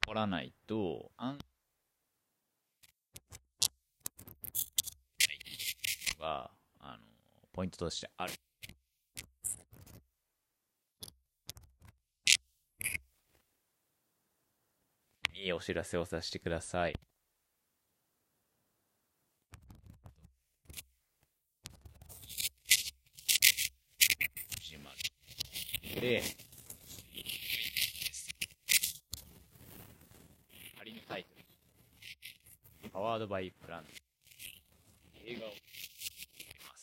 取らないと、が、ポイントとしてある。いいお知らせをさせてください。始まる。で、仮のタイトル。パワードバイプラン。映画を見ます。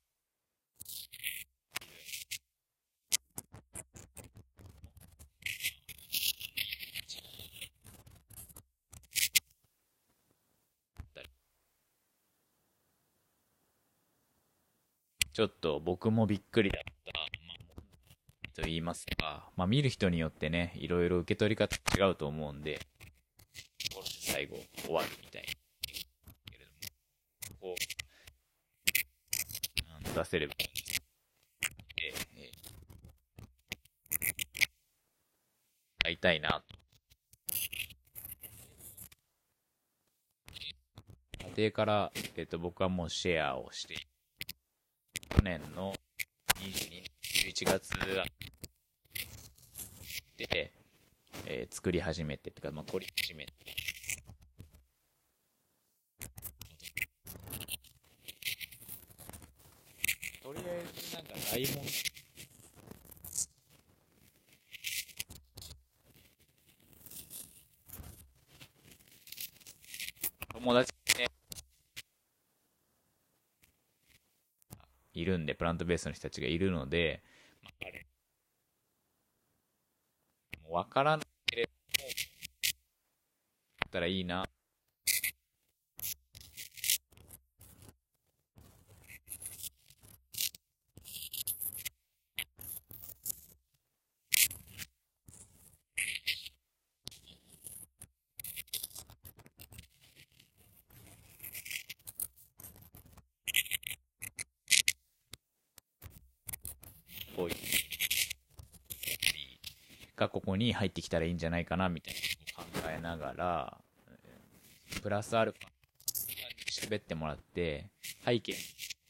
ちょっと僕もびっくりだった。と言いますか、まあ見る人によってね、いろいろ受け取り方違うと思うんで、これで最後終わるみたいけれども、こう、出せればいいんで、会いたいなと。家庭から、僕はもうシェアをして、去年の22、11月で、作り始めて、ってか、まあ、凝り始めて、とりあえずなんか台本、友達ね、いるんで、プラントベースの人たちがいるので、まあ、あれ、もうわからなければ、ったらいいな。こういうがここに入ってきたらいいんじゃないかな、みたいなことを考えながら、プラスアルファ、喋ってもらって、背景、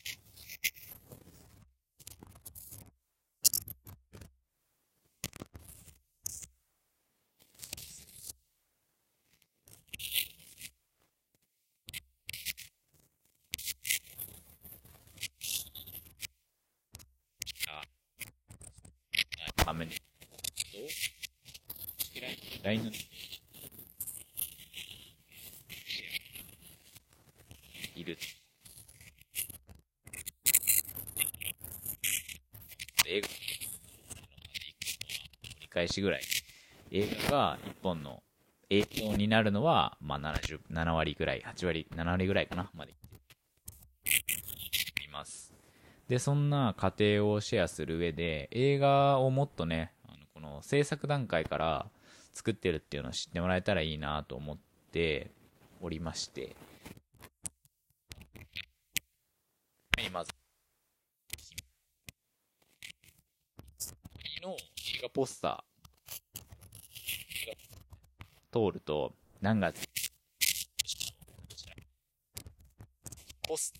画面と、LINE のいる。映画、折り返しぐらい。映画が一本の影響になるのは、まあ70、7割ぐらい、8割、7割ぐらいかな、までいます。で、そんな過程をシェアする上で、映画をもっとね、この制作段階から作ってるっていうのを知ってもらえたらいいなと思っておりまして、まず、の映画ポスター通ると、何月、ポス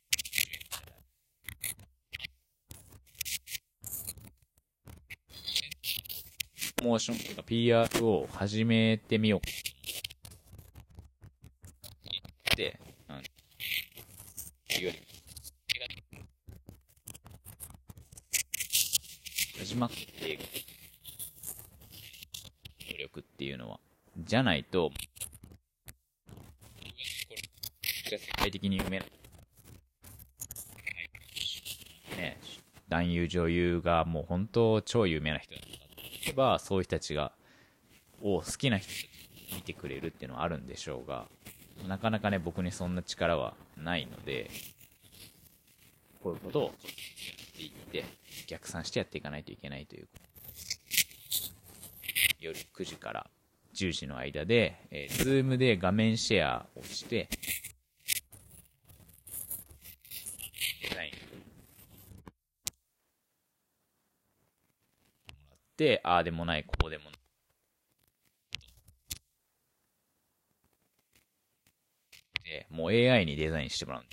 モーションとか PR を始めてみようって、いうより始まって努力っていうのは。じゃないと、世界的に有名な、ね、男優女優がもう本当超有名な人だったば、そういう人たちが、好きな人見てくれるっていうのはあるんでしょうが、なかなかね、僕にそんな力はないので、こういうことをやっていって、逆算してやっていかないといけないという、夜9時から10時の間で、ズームで画面シェアをして、デザインで、ああでもない、こうでもない、 もう AI にデザインしてもらうん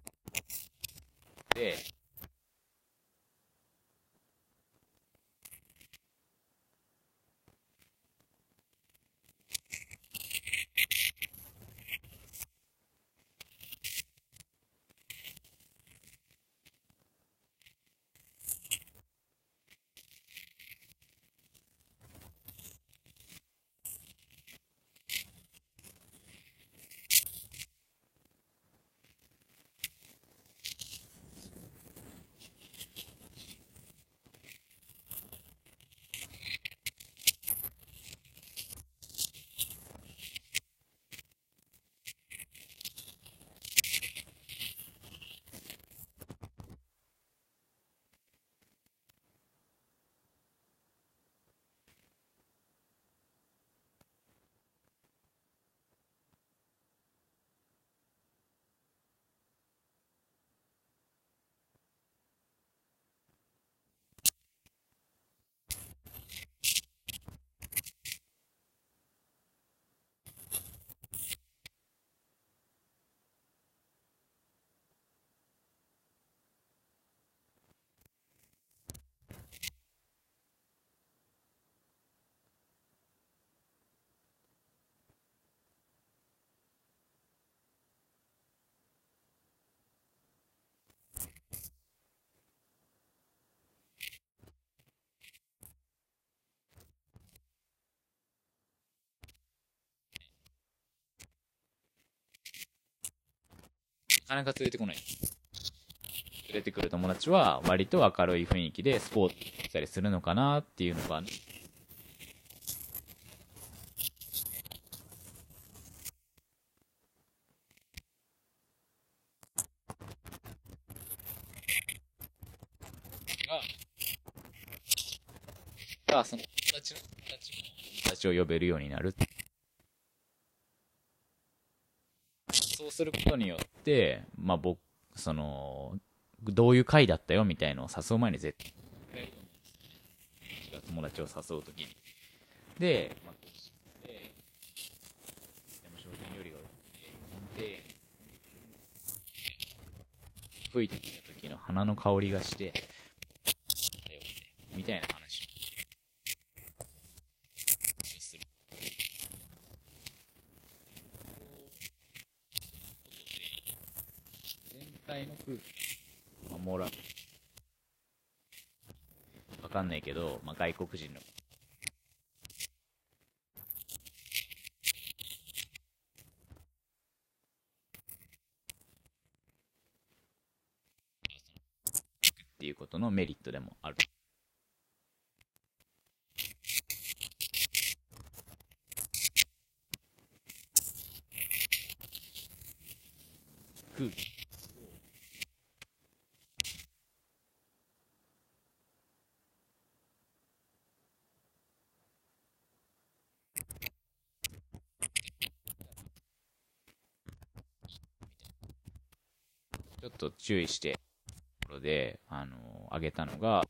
で、なかなか連れてこない。連れてくる友達は割と明るい雰囲気でスポーツしたりするのかなっていうのが、その友達を呼べるようになる。そうすることによって、まあ僕、その、どういう回だったよみたいのを誘う前に絶対、友達を誘うときに。で、まあ、でも商品よりがで、吹いてきた時の花の香りがして、みたいな話をする。全体の空気を守ら、わかんないけど、まあ、外国人のっていうことのメリットでもある。空気ちょっと注意して、ところで、あげたのが、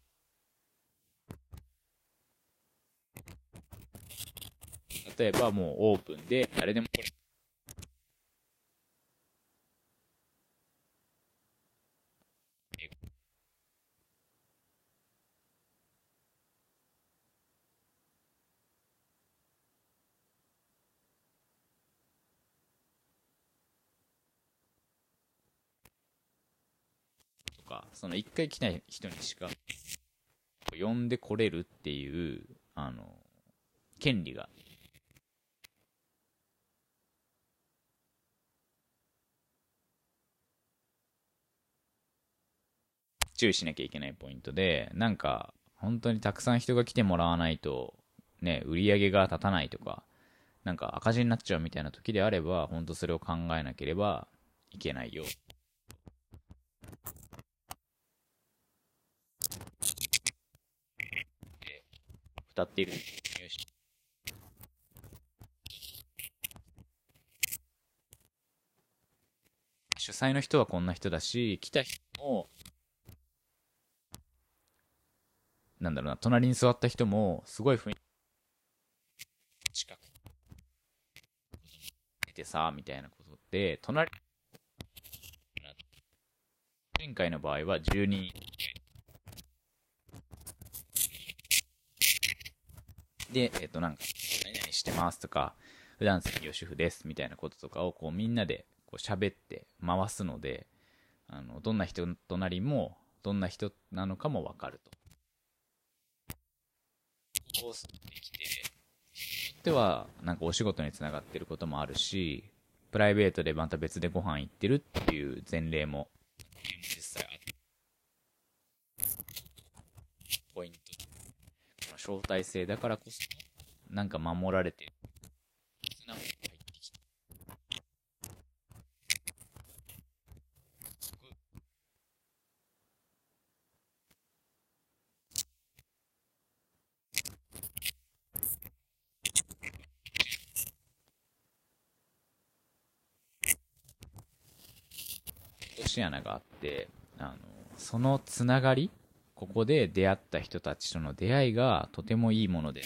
例えばもうオープンで誰でもこれとか、その一回来ない人にしか呼んでこれるっていう、権利が注意しなきゃいけないポイントで、なんか、本当にたくさん人が来てもらわないと、ね、売り上げが立たないとか、なんか赤字になっちゃうみたいな時であれば、本当それを考えなければいけないよ。歌っている。主催の人はこんな人だし、来た人も、なんだろうな、隣に座った人も、すごい雰囲気近くてさ、みたいなことで、隣前回の場合は10人で、なんか、何々してますとか、普段専業主婦ですみたいなこととかをこうみんなでこう喋って回すので、どんな人となりも、どんな人なのかもわかると。こうできて、では、なんかお仕事につながってることもあるし、プライベートでまた別でご飯行ってるっていう前例も実際あって、ポイント。この招待制だからこそ、なんか守られてる。なんか入ってきて、落とし穴があって、あの、そのつながり、ここで出会った人たちとの出会いがとてもいいものです。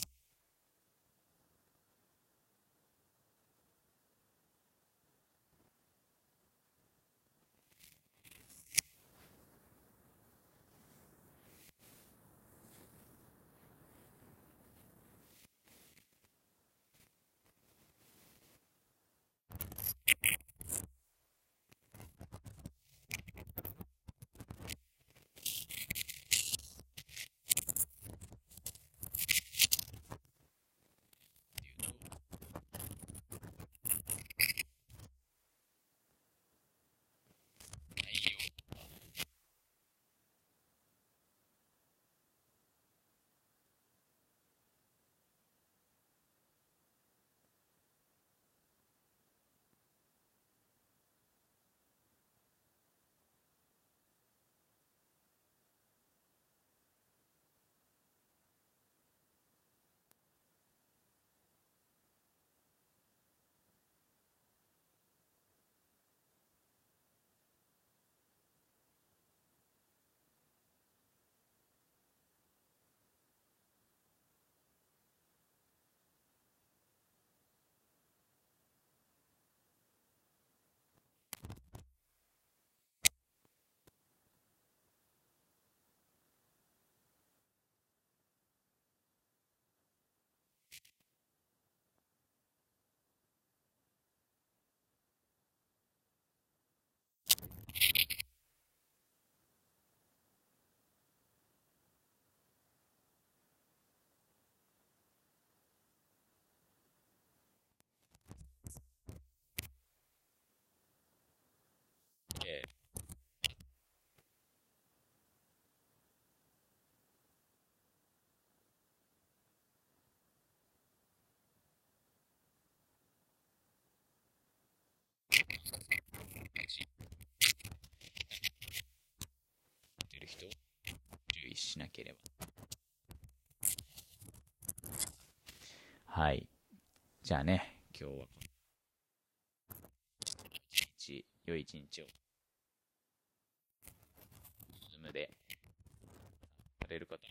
え知ってる人、注意しなければ。はい。じゃあね、今日は良い一日を、ズームでされる方